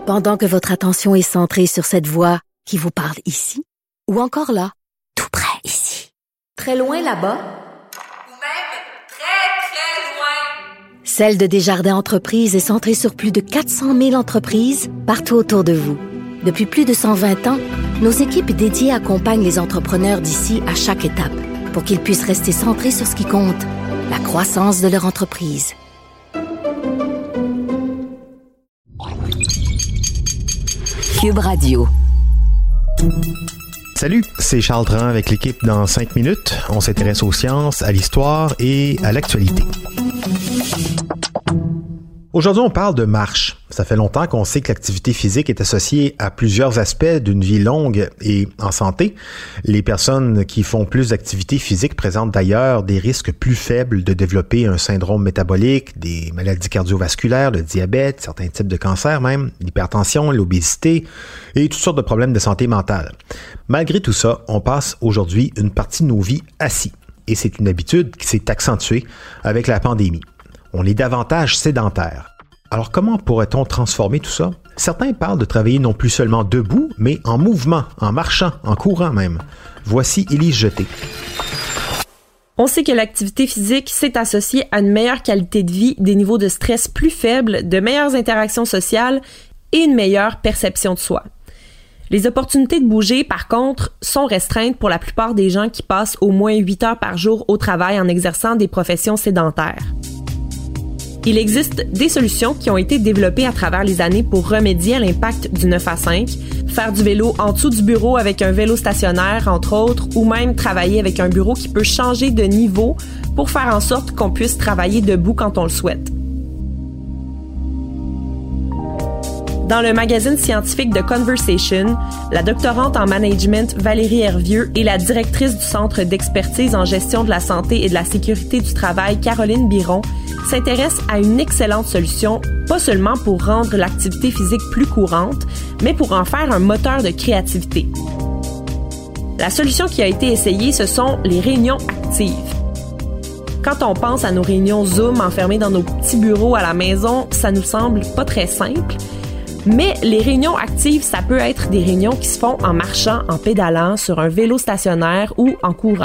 Pendant que votre attention est centrée sur cette voix qui vous parle ici, ou encore là, tout près ici, très loin là-bas, ou même très, très loin. Celle de Desjardins Entreprises est centrée sur plus de 400 000 entreprises partout autour de vous. Depuis plus de 120 ans, nos équipes dédiées accompagnent les entrepreneurs d'ici à chaque étape pour qu'ils puissent rester centrés sur ce qui compte, la croissance de leur entreprise. Cube Radio. Salut, c'est Charles Dran avec l'équipe dans 5 minutes. On s'intéresse aux sciences, à l'histoire et à l'actualité. Aujourd'hui, on parle de marche. Ça fait longtemps qu'on sait que l'activité physique est associée à plusieurs aspects d'une vie longue et en santé. Les personnes qui font plus d'activité physique présentent d'ailleurs des risques plus faibles de développer un syndrome métabolique, des maladies cardiovasculaires, le diabète, certains types de cancers même, l'hypertension, l'obésité et toutes sortes de problèmes de santé mentale. Malgré tout ça, on passe aujourd'hui une partie de nos vies assis. Et c'est une habitude qui s'est accentuée avec la pandémie. On est davantage sédentaire. Alors comment pourrait-on transformer tout ça? Certains parlent de travailler non plus seulement debout, mais en mouvement, en marchant, en courant même. Voici Élise Jeté. On sait que l'activité physique, c'est associé à une meilleure qualité de vie, des niveaux de stress plus faibles, de meilleures interactions sociales et une meilleure perception de soi. Les opportunités de bouger, par contre, sont restreintes pour la plupart des gens qui passent au moins 8 heures par jour au travail en exerçant des professions sédentaires. Il existe des solutions qui ont été développées à travers les années pour remédier à l'impact du 9 à 5, faire du vélo en dessous du bureau avec un vélo stationnaire, entre autres, ou même travailler avec un bureau qui peut changer de niveau pour faire en sorte qu'on puisse travailler debout quand on le souhaite. Dans le magazine scientifique The Conversation, la doctorante en management Valérie Hervieux et la directrice du Centre d'expertise en gestion de la santé et de la sécurité du travail, Caroline Biron, s'intéressent à une excellente solution, pas seulement pour rendre l'activité physique plus courante, mais pour en faire un moteur de créativité. La solution qui a été essayée, ce sont les réunions actives. Quand on pense à nos réunions Zoom enfermées dans nos petits bureaux à la maison, ça nous semble pas très simple. Mais les réunions actives, ça peut être des réunions qui se font en marchant, en pédalant, sur un vélo stationnaire ou en courant.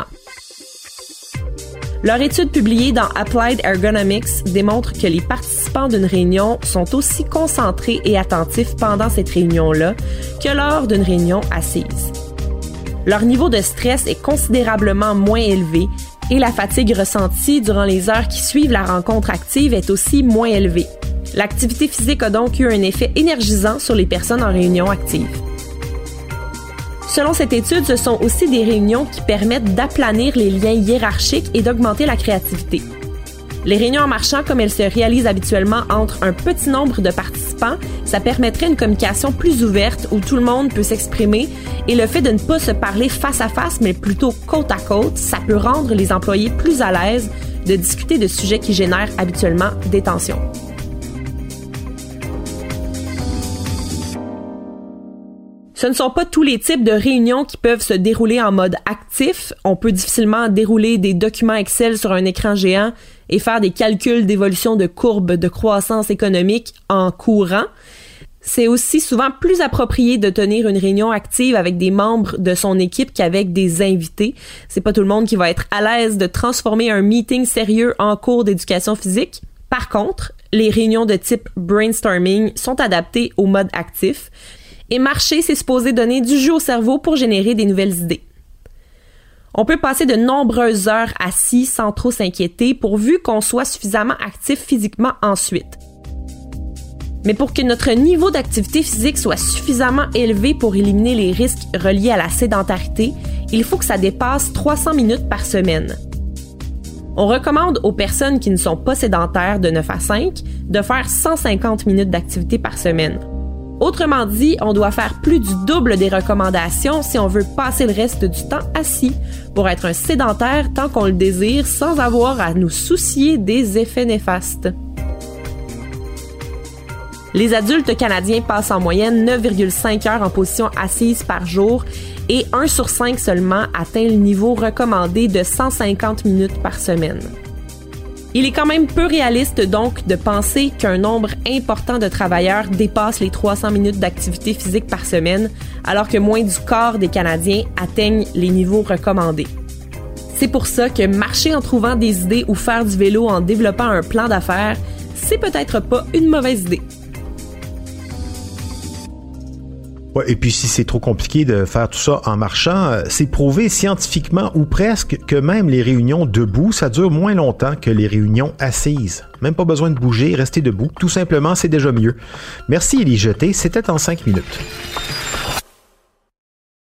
Leur étude publiée dans Applied Ergonomics démontre que les participants d'une réunion sont aussi concentrés et attentifs pendant cette réunion-là que lors d'une réunion assise. Leur niveau de stress est considérablement moins élevé et la fatigue ressentie durant les heures qui suivent la rencontre active est aussi moins élevée. L'activité physique a donc eu un effet énergisant sur les personnes en réunion active. Selon cette étude, ce sont aussi des réunions qui permettent d'aplanir les liens hiérarchiques et d'augmenter la créativité. Les réunions en marchant, comme elles se réalisent habituellement entre un petit nombre de participants, ça permettrait une communication plus ouverte où tout le monde peut s'exprimer et le fait de ne pas se parler face à face, mais plutôt côte à côte, ça peut rendre les employés plus à l'aise de discuter de sujets qui génèrent habituellement des tensions. Ce ne sont pas tous les types de réunions qui peuvent se dérouler en mode actif. On peut difficilement dérouler des documents Excel sur un écran géant et faire des calculs d'évolution de courbes de croissance économique en courant. C'est aussi souvent plus approprié de tenir une réunion active avec des membres de son équipe qu'avec des invités. C'est pas tout le monde qui va être à l'aise de transformer un meeting sérieux en cours d'éducation physique. Par contre, les réunions de type brainstorming sont adaptées au mode actif. Et marcher, c'est supposé donner du jus au cerveau pour générer des nouvelles idées. On peut passer de nombreuses heures assis sans trop s'inquiéter pourvu qu'on soit suffisamment actif physiquement ensuite. Mais pour que notre niveau d'activité physique soit suffisamment élevé pour éliminer les risques reliés à la sédentarité, il faut que ça dépasse 300 minutes par semaine. On recommande aux personnes qui ne sont pas sédentaires de 9 à 5 de faire 150 minutes d'activité par semaine. Autrement dit, on doit faire plus du double des recommandations si on veut passer le reste du temps assis pour être un sédentaire tant qu'on le désire sans avoir à nous soucier des effets néfastes. Les adultes canadiens passent en moyenne 9,5 heures en position assise par jour et 1 sur 5 seulement atteint le niveau recommandé de 150 minutes par semaine. Il est quand même peu réaliste donc de penser qu'un nombre important de travailleurs dépasse les 300 minutes d'activité physique par semaine, alors que moins du quart des Canadiens atteignent les niveaux recommandés. C'est pour ça que marcher en trouvant des idées ou faire du vélo en développant un plan d'affaires, c'est peut-être pas une mauvaise idée. Ouais, et puis si c'est trop compliqué de faire tout ça en marchant, c'est prouvé scientifiquement ou presque que même les réunions debout, ça dure moins longtemps que les réunions assises. Même pas besoin de bouger, rester debout. Tout simplement, c'est déjà mieux. Merci Élie Jeté, c'était en 5 minutes.